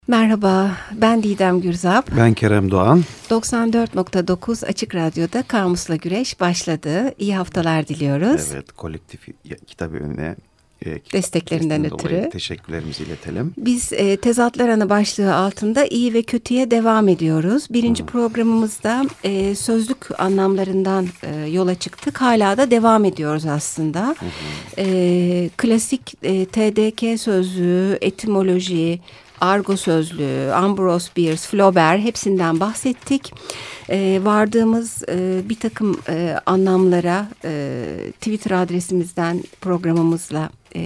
Merhaba, ben Didem Gürzap. Ben Kerem Doğan. 94.9 Açık Radyo'da Kamus'la Güreş başladı. İyi haftalar diliyoruz. Evet, kolektif kitap evine desteklerinden ötürü teşekkürlerimizi iletelim. Biz Tezatlar Anı başlığı altında iyi ve kötüye devam ediyoruz. Birinci programımızda sözlük anlamlarından yola çıktık. Hala da devam ediyoruz aslında. Klasik TDK sözlüğü, etimoloji, argo sözlüğü, Ambrose Bierce, Flaubert hepsinden bahsettik. Vardığımız bir takım anlamlara Twitter adresimizden programımızla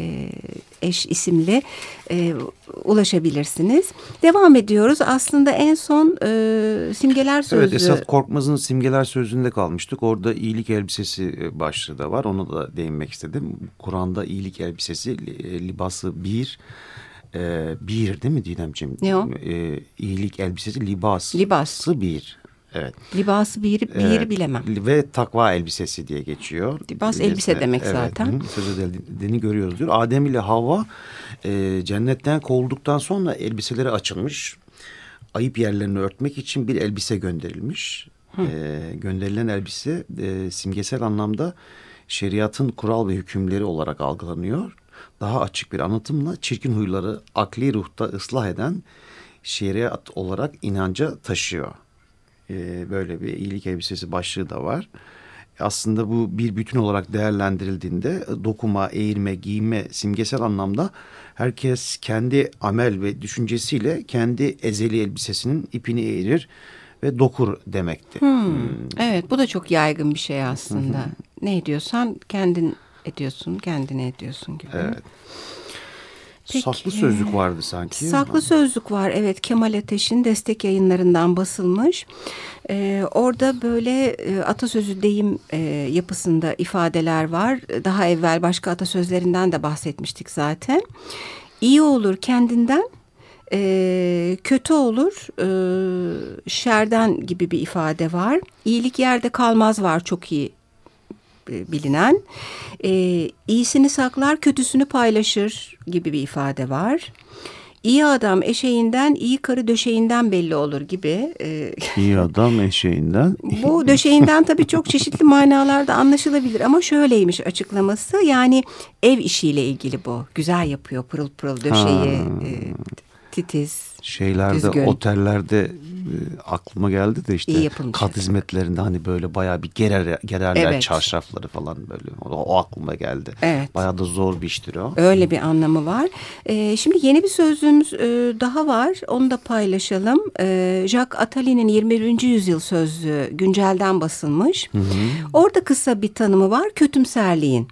eş isimli ulaşabilirsiniz. Devam ediyoruz. Aslında en son simgeler sözlüğü. Evet, Esat Korkmaz'ın simgeler sözlüğünde kalmıştık. Orada iyilik elbisesi başlığı da var. Ona da değinmek istedim. Kur'an'da iyilik elbisesi, libası bir değil mi Didemciğim? Ne o? İyilik elbisesi, libası bir. Evet. Libası biri bilemem. Ve takva elbisesi diye geçiyor. Libas elbise demek zaten. Evet, söz edildiğini görüyoruz diyor. Adem ile Havva cennetten kovulduktan sonra elbiseleri açılmış. Ayıp yerlerini örtmek için bir elbise gönderilmiş. Gönderilen elbise simgesel anlamda şeriatın kural ve hükümleri olarak algılanıyor. Daha açık bir anlatımla çirkin huyları akli ruhta ıslah eden şeriat olarak inanca taşıyor. Böyle bir iyilik elbisesi başlığı da var. Aslında bu bir bütün olarak değerlendirildiğinde dokuma, eğirme, giyinme simgesel anlamda herkes kendi amel ve düşüncesiyle kendi ezeli elbisesinin ipini eğirir ve dokur demekti. Evet, bu da çok yaygın bir şey aslında. Ne ediyorsan kendin ediyorsun, kendine ediyorsun gibi. Evet. Peki, saklı sözlük vardı sanki. Saklı sözlük var, evet. Kemal Ateş'in Destek Yayınlarından basılmış. Orada böyle atasözü deyim yapısında ifadeler var. Daha evvel başka atasözlerinden de bahsetmiştik zaten. İyi olur kendinden, kötü olur şerden gibi bir ifade var. İyilik yerde kalmaz var, çok iyi bilinen. İyisini saklar, kötüsünü paylaşır gibi bir ifade var. İyi adam eşeğinden, iyi karı döşeğinden belli olur gibi. İyi adam eşeğinden. Bu döşeğinden tabii çok çeşitli manalarda anlaşılabilir ama şöyleymiş açıklaması. Yani ev işiyle ilgili bu. Güzel yapıyor, pırıl pırıl döşeği, titiz. Şeylerde, düzgün. Otellerde aklıma geldi de işte kat hizmetlerinde hani böyle bayağı bir gererler, evet, çarşafları falan böyle. O aklıma geldi. Evet. Bayağı da zor bir iştir o. Öyle bir anlamı var. Şimdi yeni bir sözlüğümüz daha var. Onu da paylaşalım. Jacques Attali'nin 21. yüzyıl sözlüğü güncelden basılmış. Orada kısa bir tanımı var. Kötümserliğin.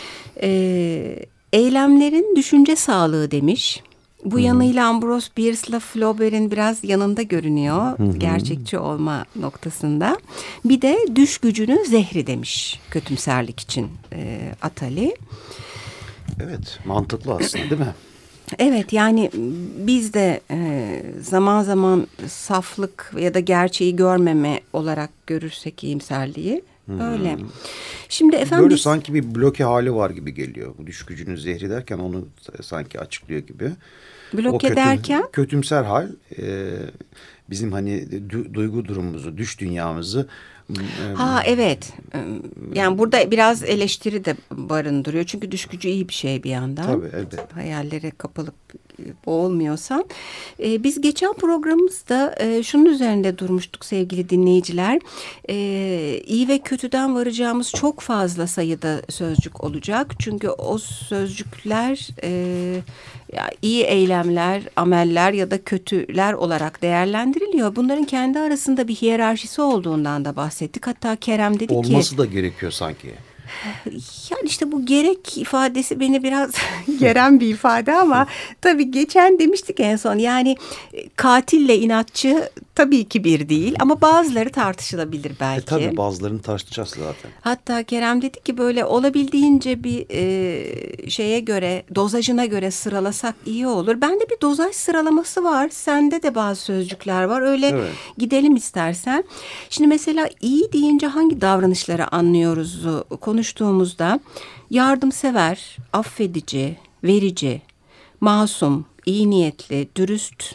Eylemlerin düşünce sağlığı demiş. Bu yanıyla Ambrose Bierce'la Flaubert'in biraz yanında görünüyor. Gerçekçi olma noktasında. Bir de düş gücünün zehri demiş kötümserlik için Attali. Evet, mantıklı aslında değil mi? Evet, yani biz de zaman zaman saflık ya da gerçeği görmeme olarak görürsek iyimserliği. Öyle. Şimdi efendim böyle sanki bir bloke hali var gibi geliyor. Bu düş gücünün zehri derken onu sanki açıklıyor gibi. Bloke derken? Kötümser hal bizim hani duygu durumumuzu, düş dünyamızı. Evet. Yani burada biraz eleştiri de barındırıyor. Çünkü düş gücü iyi bir şey bir yandan. Tabii, elbette. Hayallere kapılıp boğulmuyorsan. Biz geçen programımızda şunun üzerinde durmuştuk sevgili dinleyiciler. İyi ve kötüden varacağımız çok fazla sayıda sözcük olacak. Çünkü o sözcükler iyi eylemler, ameller ya da kötüler olarak değerlendiriliyor. Bunların kendi arasında bir hiyerarşisi olduğundan da bahsettik. Hatta Kerem dedi ki... Olması da gerekiyor sanki. Yani işte bu gerek ifadesi beni biraz geren bir ifade ama tabii geçen demiştik en son, yani katille inatçı tabii ki bir değil ama bazıları tartışılabilir belki. Tabii bazılarını tartışacağız zaten. Hatta Kerem dedi ki böyle olabildiğince bir şeye göre, dozajına göre sıralasak iyi olur. Bende bir dozaj sıralaması var. Sende de bazı sözcükler var. Öyle evet. Gidelim istersen. Şimdi mesela iyi deyince hangi davranışları anlıyoruz konuştuğumuzda? Yardımsever, affedici, verici, masum, iyi niyetli, dürüst,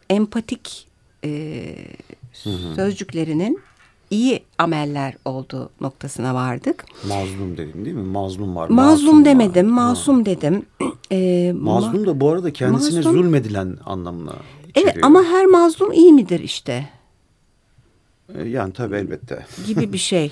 empatik sözcüklerinin iyi ameller olduğu noktasına vardık. Mazlum dedin değil mi? Mazlum var. Mazlum demedim, var. masum dedim. Mazlum da bu arada kendisine mazlum, zulmedilen anlamına içeriyor. Evet, ama her mazlum iyi midir işte? Yani tabii elbette. Gibi bir şey.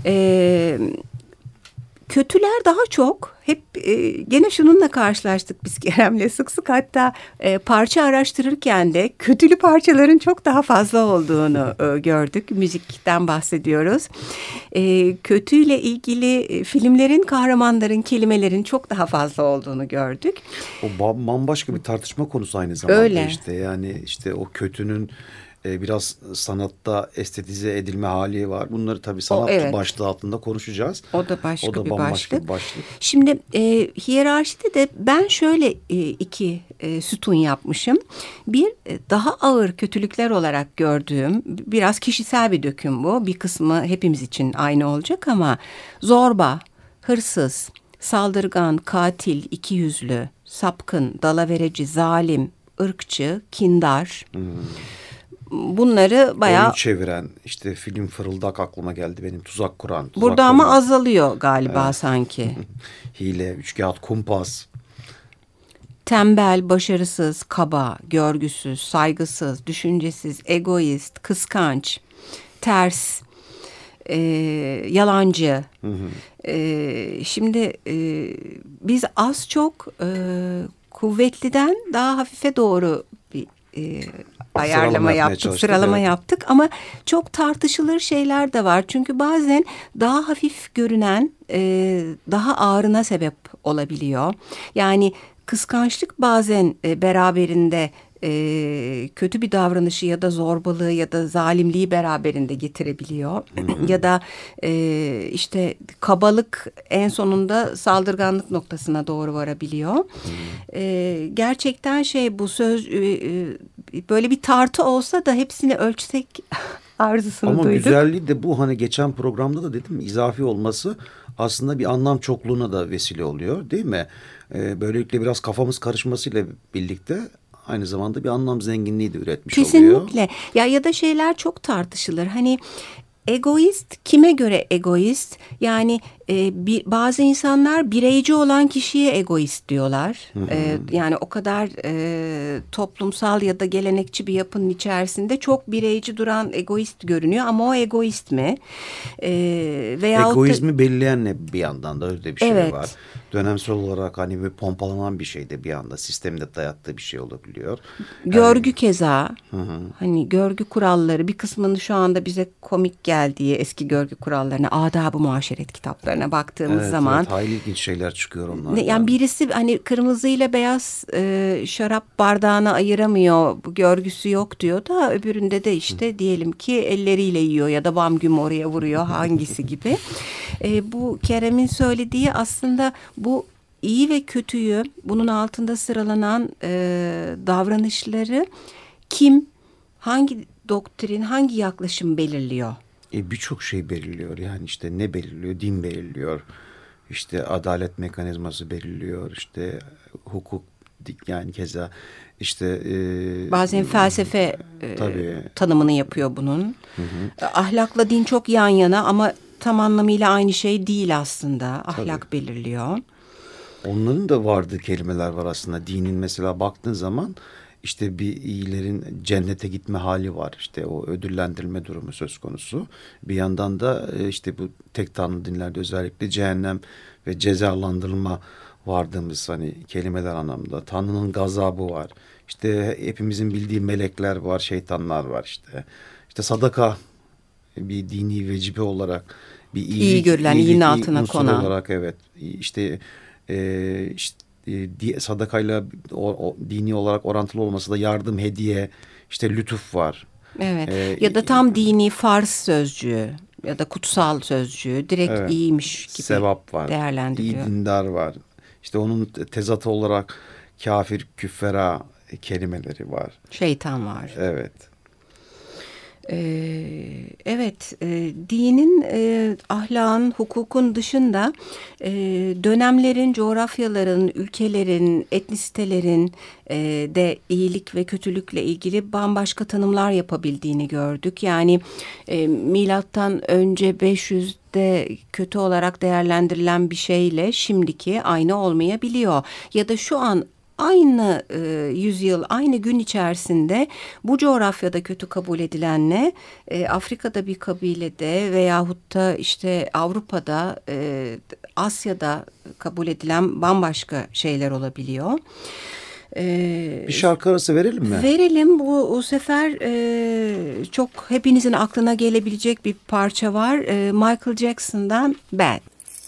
Kötüler daha çok. Hep gene şununla karşılaştık biz Kerem'le sık sık, hatta parça araştırırken de kötülü parçaların çok daha fazla olduğunu gördük. Müzikten bahsediyoruz. Kötüyle ilgili filmlerin, kahramanların, kelimelerin çok daha fazla olduğunu gördük. O bambaşka bir tartışma konusu aynı zamanda. Öyle. İşte yani işte o kötünün biraz sanatta estetize edilme hali var. Bunları tabii sanat başlığı altında konuşacağız. O da başka bir başlık. Şimdi hiyerarşide de ben şöyle iki sütun yapmışım. Bir, daha ağır kötülükler olarak gördüğüm, biraz kişisel bir döküm bu. Bir kısmı hepimiz için aynı olacak ama zorba, hırsız, saldırgan, katil, ikiyüzlü, sapkın, dalavereci, zalim, ırkçı, kindar... Bunları bayağı... Oyun çeviren, işte film Fırıldak aklıma geldi benim, tuzak kuran. Burada ama azalıyor galiba sanki. Hile, üçkağıt, kumpas. Tembel, başarısız, kaba, görgüsüz, saygısız, düşüncesiz, egoist, kıskanç, ters, yalancı. Şimdi biz az çok kuvvetliden daha hafife doğru bir... ayarlama yaptık, sıralama yaptık ama çok tartışılır şeyler de var. Çünkü bazen daha hafif görünen daha ağırına sebep olabiliyor. Yani kıskançlık bazen beraberinde kötü bir davranışı ya da zorbalığı ya da zalimliği beraberinde getirebiliyor. Ya da işte kabalık en sonunda saldırganlık noktasına doğru varabiliyor. Gerçekten bu söz böyle bir tartı olsa da hepsini ölçsek arzusunu duyduk. Ama güzelliği de bu, hani geçen programda da dedim, izafi olması aslında bir anlam çokluğuna da vesile oluyor değil mi? Böylelikle biraz kafamız karışmasıyla birlikte aynı zamanda bir anlam zenginliği de üretmiş oluyor. Kesinlikle. Ya da şeyler çok tartışılır. Hani egoist, kime göre egoist? Yani bazı insanlar bireyci olan kişiye egoist diyorlar. Yani o kadar toplumsal ya da gelenekçi bir yapının içerisinde çok bireyci duran egoist görünüyor. Ama o egoist mi? Egoizmi belirleyen ne, bir yandan da öyle bir şey var. Dönemsel olarak hani bir pompalanan bir şey de bir anda sistemde dayattığı bir şey olabiliyor. Görgü keza. Hani görgü kuralları, bir kısmını şu anda bize komik geldiği eski görgü kurallarına, adab-ı muaşeret kitaplarına baktığımız zaman. Evet, hayli ilginç şeyler çıkıyor onlardan. Yani birisi hani kırmızıyla beyaz şarap bardağını ayıramıyor, bu görgüsü yok diyor da öbüründe de işte diyelim ki elleriyle yiyor ya da bam güm oraya vuruyor, hangisi gibi. Bu Kerem'in söylediği aslında bu iyi ve kötüyü, bunun altında sıralanan davranışları kim, hangi doktrin, hangi yaklaşım belirliyor? Birçok şey belirliyor. Yani işte ne belirliyor? Din belirliyor. İşte adalet mekanizması belirliyor. İşte hukuk, yani keza işte bazen felsefe tanımını yapıyor bunun. Ahlakla din çok yan yana ama tam anlamıyla aynı şey değil aslında. Ahlak belirliyor. Onların da vardığı kelimeler var aslında. Dinin mesela baktığın zaman işte bir iyilerin cennete gitme hali var. İşte o ödüllendirilme durumu söz konusu. Bir yandan da işte bu tek tanrı dinlerde özellikle cehennem ve cezalandırılma vardığımız hani kelimeler anlamında. Tanrı'nın gazabı var. İşte hepimizin bildiği melekler var, şeytanlar var işte. İşte sadaka bir dini vecibe olarak bir iyi görülen, iyinin altına konan olarak, evet. İşte sadakayla dini olarak orantılı olması da yardım, hediye, işte lütuf var. Evet. Ya da tam dini farz sözcüğü ya da kutsal sözcüğü direkt iyiymiş gibi sevap var, değerlendiriliyor. İyi dindar var. İşte onun tezatı olarak kafir, küffera kelimeleri var. Şeytan var. Evet. Evet, dinin, ahlakın, hukukun dışında dönemlerin, coğrafyaların, ülkelerin, etnisitelerin de iyilik ve kötülükle ilgili bambaşka tanımlar yapabildiğini gördük. Yani milattan önce 500'de kötü olarak değerlendirilen bir şeyle şimdiki aynı olmayabiliyor. Ya da şu an aynı yüzyıl, aynı gün içerisinde bu coğrafyada kötü kabul edilenle Afrika'da bir kabilede veyahut da işte Avrupa'da, Asya'da kabul edilen bambaşka şeyler olabiliyor. Bir şarkı arası verelim mi? Verelim. Bu sefer çok hepinizin aklına gelebilecek bir parça var. Michael Jackson'dan Bad.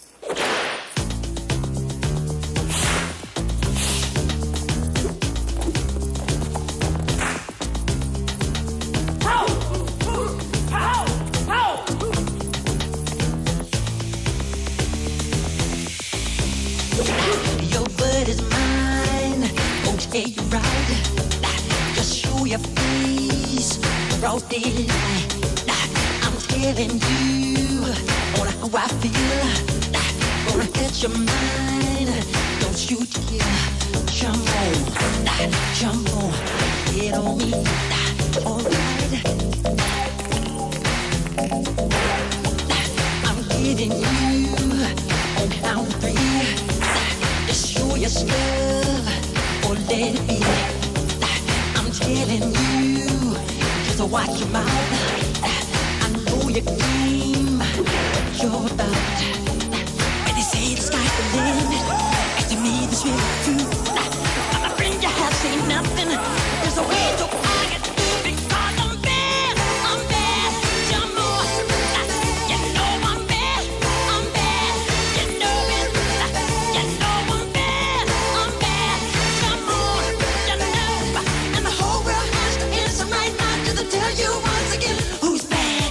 Yeah, you're right. Just show your face, broad daylight. I'm telling you how I feel. Gonna catch your mind. Don't you dare jump on, get on me. Alright. I'm giving you on count of 3. Just show your stuff. Let it be. I'm telling you, just watch your mouth. I know your game, what you're about. When they say the sky's the limit, and to me this really true. My friend, you have seen nothing. There's a way to I get through because I'm bad. I'm bad. Jump on. You know I'm bad. I'm bad. You know it. You know I'm bad. I'm bad. Jump on. You know. And the whole world has to answer right now to tell you once again who's bad.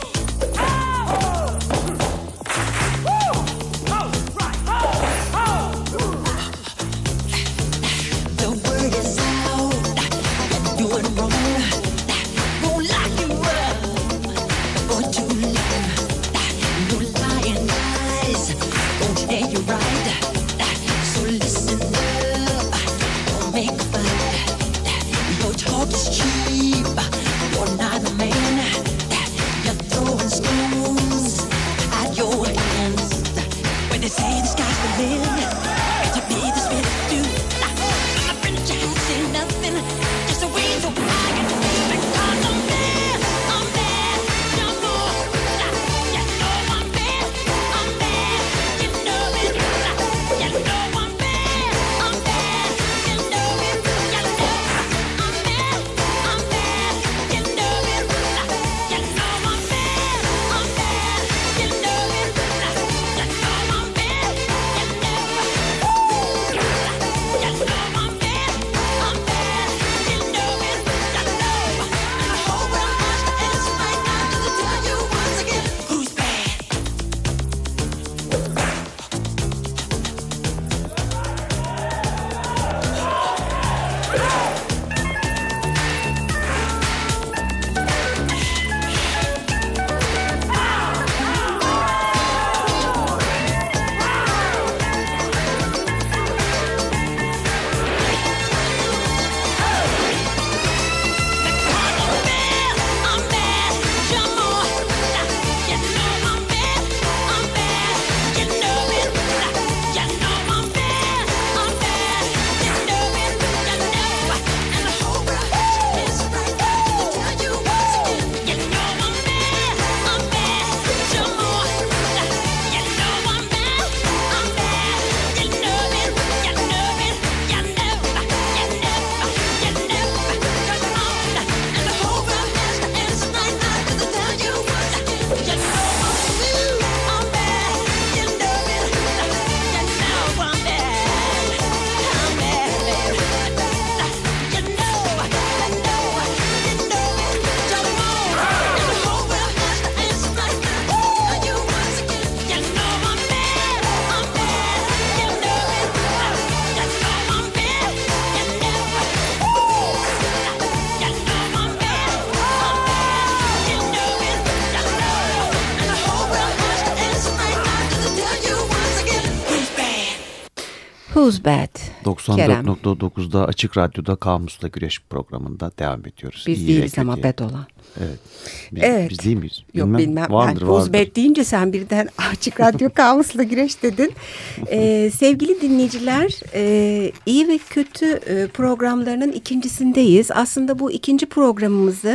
Who's Bad? Kerem. 94.9'da Açık Radyo'da Kamus'la Güreş programında devam ediyoruz. Biz değiliz ama bad olan. Evet. Evet. Biz değil miyiz? Yok bilmem. Vardır, Who's Bad deyince sen birden Açık Radyo Kamus'la Güreş dedin. Sevgili dinleyiciler, iyi ve kötü programlarının ikincisindeyiz. Aslında bu ikinci programımızı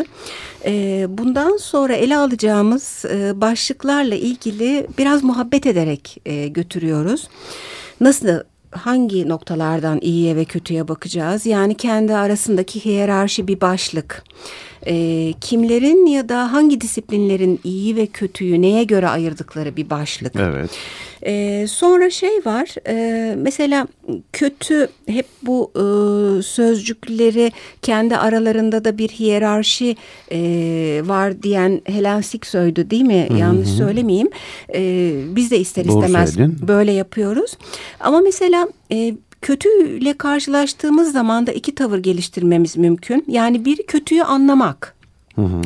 bundan sonra ele alacağımız başlıklarla ilgili biraz muhabbet ederek götürüyoruz. Nasıl, hangi noktalardan iyiye ve kötüye bakacağız? Yani kendi arasındaki hiyerarşi bir başlık. Kimlerin ya da hangi disiplinlerin iyi ve kötüyü neye göre ayırdıkları bir başlık. Evet. Sonra şey var, mesela kötü, hep bu sözcükleri kendi aralarında da bir hiyerarşi var diyen Helen Siksoy'du değil mi? Hı-hı. Yanlış söylemeyeyim. Biz de ister istemez böyle yapıyoruz. Ama mesela kötüyle karşılaştığımız zaman da iki tavır geliştirmemiz mümkün. Yani bir, kötüyü anlamak. Hı hı.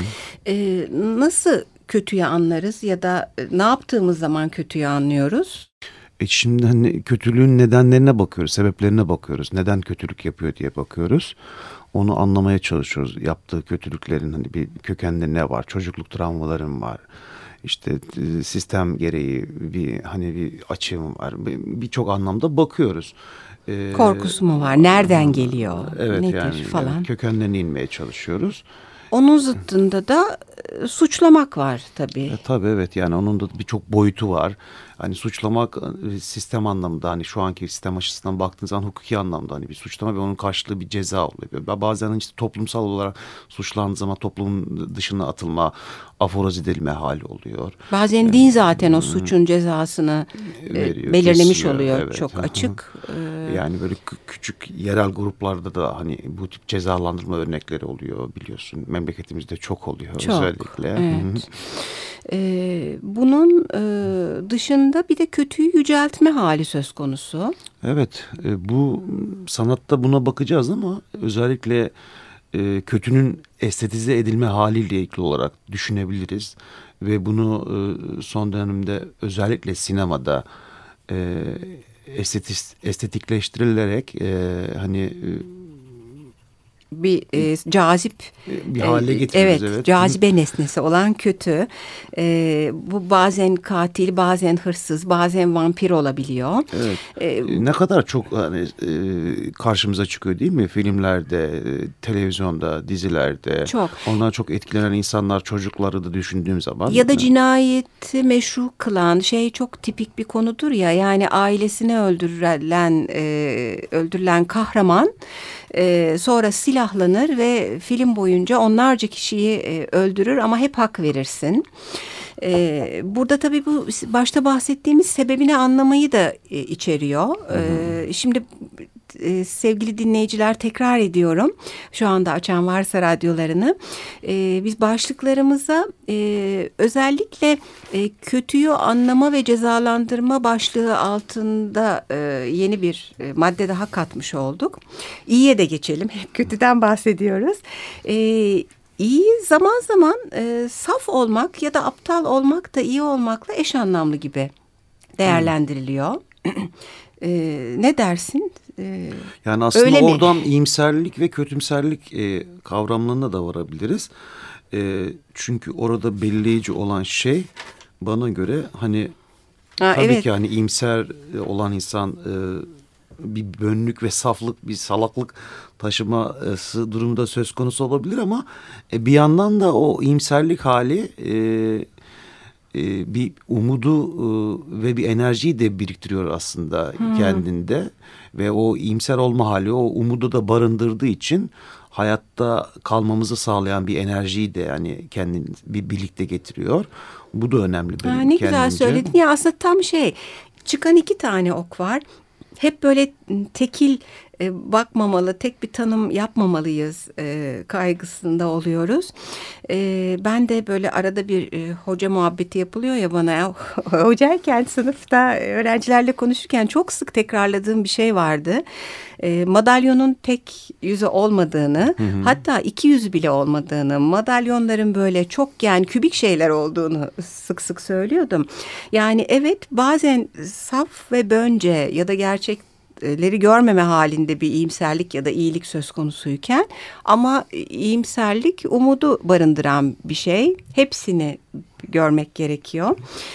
Nasıl kötüyü anlarız ya da ne yaptığımız zaman kötüyü anlıyoruz? Şimdi hani kötülüğün nedenlerine bakıyoruz, sebeplerine bakıyoruz. Neden kötülük yapıyor diye bakıyoruz. Onu anlamaya çalışıyoruz. Yaptığı kötülüklerin hani bir kökeninde ne var? Çocukluk travmalarım var. İşte sistem gereği bir açığım var. Birçok anlamda bakıyoruz. Korkusu mu var? Nereden geliyor? Evet, nedir yani falan. Kökenlerine inmeye çalışıyoruz. Onun zıttında da suçlamak var tabii. Tabii evet, yani onun da birçok boyutu var. Hani suçlamak sistem anlamında, hani şu anki sistem açısından baktığınız zaman hukuki anlamda hani bir suçlama ve onun karşılığı bir ceza oluyor. Bazen işte toplumsal olarak suçlandığı zaman toplumun dışına atılma, aforoz edilme hali oluyor. Bazen din zaten o suçun cezasını belirlemiş kesiyor, oluyor. Evet. Çok açık. Yani böyle küçük yerel gruplarda da hani bu tip cezalandırma örnekleri oluyor, biliyorsun. Memleketimizde çok oluyor çok, özellikle. Evet. Bunun dışında bir de kötüyü yüceltme hali söz konusu. Evet, bu sanatta buna bakacağız ama özellikle kötünün estetize edilme haliyle ilgili olarak düşünebiliriz. Ve bunu son dönemde özellikle sinemada estetikleştirilerek hani bir cazip bir hale getiriyoruz. Evet, cazibe nesnesi olan kötü. Bu bazen katil, bazen hırsız, bazen vampir olabiliyor. Evet. Ne kadar çok hani karşımıza çıkıyor değil mi? Filmlerde, televizyonda, dizilerde. Çok. Ondan çok etkilenen insanlar, çocukları da düşündüğüm zaman. Ya da cinayeti meşru kılan şey çok tipik bir konudur ya. Yani ailesini öldürülen kahraman sonra silahlanır ve film boyunca onlarca kişiyi öldürür ama hep hak verirsin. Burada tabii bu başta bahsettiğimiz sebebini anlamayı da içeriyor. Şimdi sevgili dinleyiciler, tekrar ediyorum. Şu anda açan varsa radyolarını. Biz başlıklarımıza özellikle kötüyü anlama ve cezalandırma başlığı altında yeni bir madde daha katmış olduk. İyiye de geçelim. Hep kötüden bahsediyoruz. İyi zaman zaman saf olmak ya da aptal olmak da iyi olmakla eş anlamlı gibi değerlendiriliyor. Ne dersin? Yani aslında oradan iyimserlik ve kötümserlik kavramlarına da varabiliriz. Çünkü orada belirleyici olan şey bana göre hani tabii ki hani iyimser olan insan bir bönlük ve saflık, bir salaklık taşıması durumda söz konusu olabilir ama bir yandan da o iyimserlik hali bir umudu ve bir enerjiyi de biriktiriyor aslında kendinde ve o iyimser olma hali o umudu da barındırdığı için hayatta kalmamızı sağlayan bir enerjiyi de yani kendini birlikte getiriyor. Bu da önemli benim kendince. Ne güzel söyledin ya, aslında tam çıkan iki tane ok var. Hep böyle tekil bakmamalı, tek bir tanım yapmamalıyız kaygısında oluyoruz. Ben de böyle arada bir hoca muhabbeti yapılıyor ya bana. Hocayken sınıfta öğrencilerle konuşurken çok sık tekrarladığım bir şey vardı. Madalyonun tek yüzü olmadığını, hatta iki yüzü bile olmadığını, madalyonların böyle çok yani kübik şeyler olduğunu sık sık söylüyordum. Yani evet, bazen saf ve bönce ya da gerçek kötülükleri görmeme halinde bir iyimserlik ya da iyilik söz konusuyken, ama iyimserlik umudu barındıran bir şey. Hepsini görmek gerekiyor.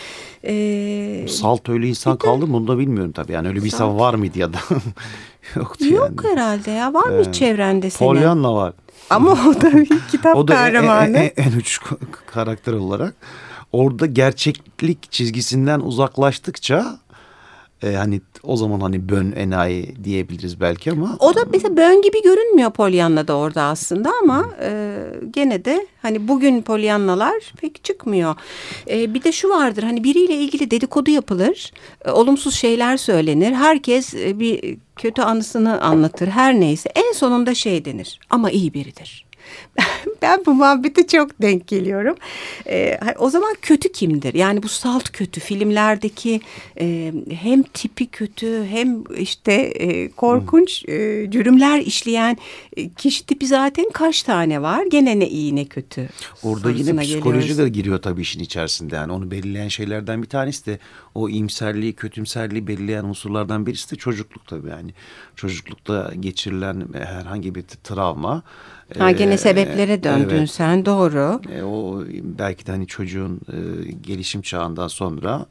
Salt öyle insan kaldı mı onu da bilmiyorum tabii. Yani öyle bir insan var mıydı ya da yoktu yani. Yok herhalde ya. Var mı çevrende senin? Pollyanna var. Ama o da bir kitap O da kahramanı. en uç karakter olarak. Orada gerçeklik çizgisinden uzaklaştıkça hani o zaman hani bön enayi diyebiliriz belki ama. O da mesela bön gibi görünmüyor Pollyanna'da orada aslında, ama gene de hani bugün Pollyannalar pek çıkmıyor. Bir de şu vardır, hani biriyle ilgili dedikodu yapılır, olumsuz şeyler söylenir, herkes bir kötü anısını anlatır, her neyse, en sonunda şey denir: ama iyi biridir. Ben bu muhabbete çok denk geliyorum. O zaman kötü kimdir? Yani bu salt kötü, filmlerdeki hem tipi kötü hem işte korkunç cürümler işleyen kişi tipi zaten kaç tane var? Gene ne iyi ne kötü. Orada yine psikoloji geliyoruz. de giriyor tabii işin içerisinde. Yani onu belirleyen şeylerden bir tanesi de o iyimserliği, kötümserliği belirleyen unsurlardan birisi de çocukluk tabii. Yani çocuklukta geçirilen herhangi bir travma. Gene sebeplere döndün evet. sen, doğru. O belki de hani çocuğun gelişim çağından sonra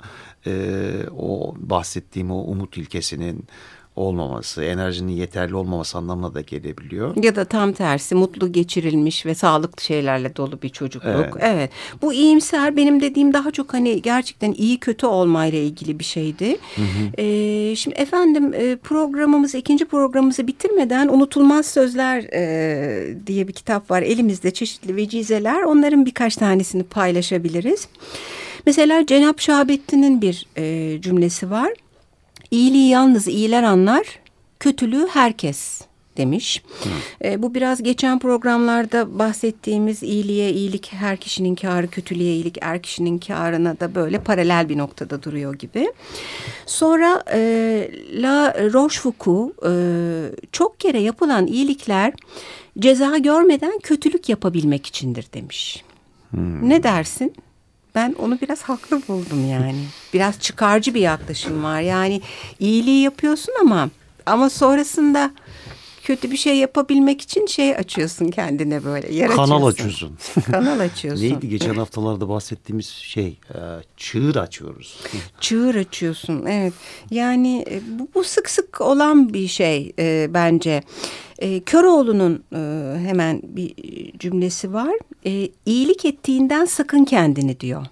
o bahsettiğim o umut ilkesinin olmaması, enerjinin yeterli olmaması anlamına da gelebiliyor. Ya da tam tersi, mutlu geçirilmiş ve sağlıklı şeylerle dolu bir çocukluk. Evet. Bu iyimser, benim dediğim daha çok hani gerçekten iyi kötü olmayla ilgili bir şeydi. Şimdi efendim, ikinci programımızı bitirmeden Unutulmaz Sözler diye bir kitap var elimizde, çeşitli vecizeler. Onların birkaç tanesini paylaşabiliriz. Mesela Cenab-ı Şahabettin'in bir cümlesi var. İyiliği yalnız iyiler anlar, kötülüğü herkes demiş. Bu biraz geçen programlarda bahsettiğimiz iyiliğe iyilik her kişinin kârı, kötülüğe iyilik er kişinin kârına da böyle paralel bir noktada duruyor gibi. Sonra La Rochefoucauld çok kere yapılan iyilikler ceza görmeden kötülük yapabilmek içindir demiş. Ne dersin? Ben onu biraz haklı buldum yani. Biraz çıkarcı bir yaklaşım var. Yani iyiliği yapıyorsun ama sonrasında kötü bir şey yapabilmek için şey açıyorsun kendine, böyle yer açıyorsun. Kanal açıyorsun. Kanal açıyorsun. Neydi geçen haftalarda bahsettiğimiz şey? Çığır açıyoruz. Çığır açıyorsun, evet. Yani bu sık sık olan bir şey bence. Köroğlu'nun hemen bir cümlesi var. İyilik ettiğinden sakın kendini diyor.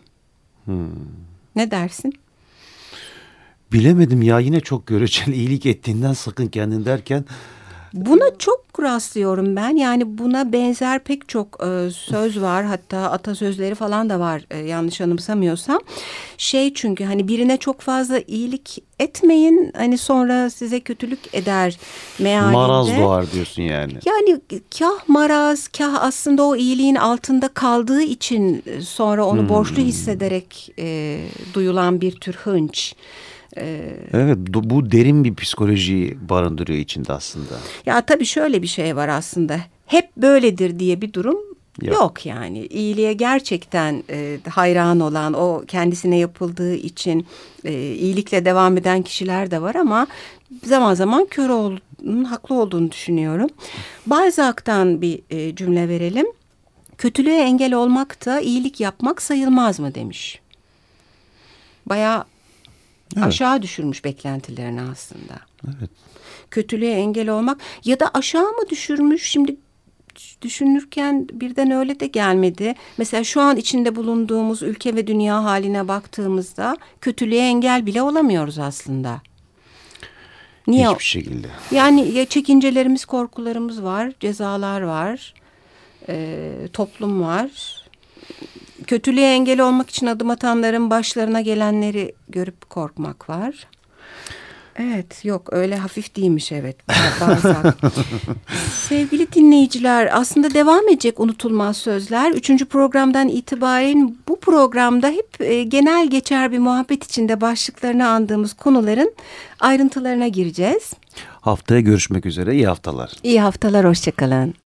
Ne dersin? Bilemedim ya, yine çok göreceli. İyilik ettiğinden sakın kendini derken. Buna çok rastlıyorum ben. Yani buna benzer pek çok söz var. Hatta atasözleri falan da var yanlış anımsamıyorsam. Çünkü hani birine çok fazla iyilik etmeyin, hani sonra size kötülük eder mealinde. Maraz doğar diyorsun yani. Yani kah maraz, kah aslında o iyiliğin altında kaldığı için sonra onu borçlu hissederek duyulan bir tür hınç. Evet, bu derin bir psikolojiyi barındırıyor içinde aslında. Ya tabii şöyle bir şey var aslında. Hep böyledir diye bir durum yok yani. İyiliğe gerçekten hayran olan, o kendisine yapıldığı için iyilikle devam eden kişiler de var, ama zaman zaman Köroğlu'nun haklı olduğunu düşünüyorum. Balzac'tan bir cümle verelim. Kötülüğe engel olmak da iyilik yapmak sayılmaz mı demiş. Bayağı aşağı düşürmüş beklentilerini aslında. Evet. Kötülüğe engel olmak ya da aşağı mı düşürmüş, şimdi düşünürken birden öyle de gelmedi. Mesela şu an içinde bulunduğumuz ülke ve dünya haline baktığımızda kötülüğe engel bile olamıyoruz aslında. Niye? Hiçbir şekilde. Yani ya çekincelerimiz, korkularımız var, cezalar var, toplum var. Kötülüğe engel olmak için adım atanların başlarına gelenleri görüp korkmak var. Evet, yok öyle hafif değilmiş, evet. Bazen. Sevgili dinleyiciler, aslında devam edecek Unutulmaz Sözler. 3. programdan itibaren bu programda hep genel geçer bir muhabbet içinde başlıklarını andığımız konuların ayrıntılarına gireceğiz. Haftaya görüşmek üzere, iyi haftalar. İyi haftalar, hoşça kalın.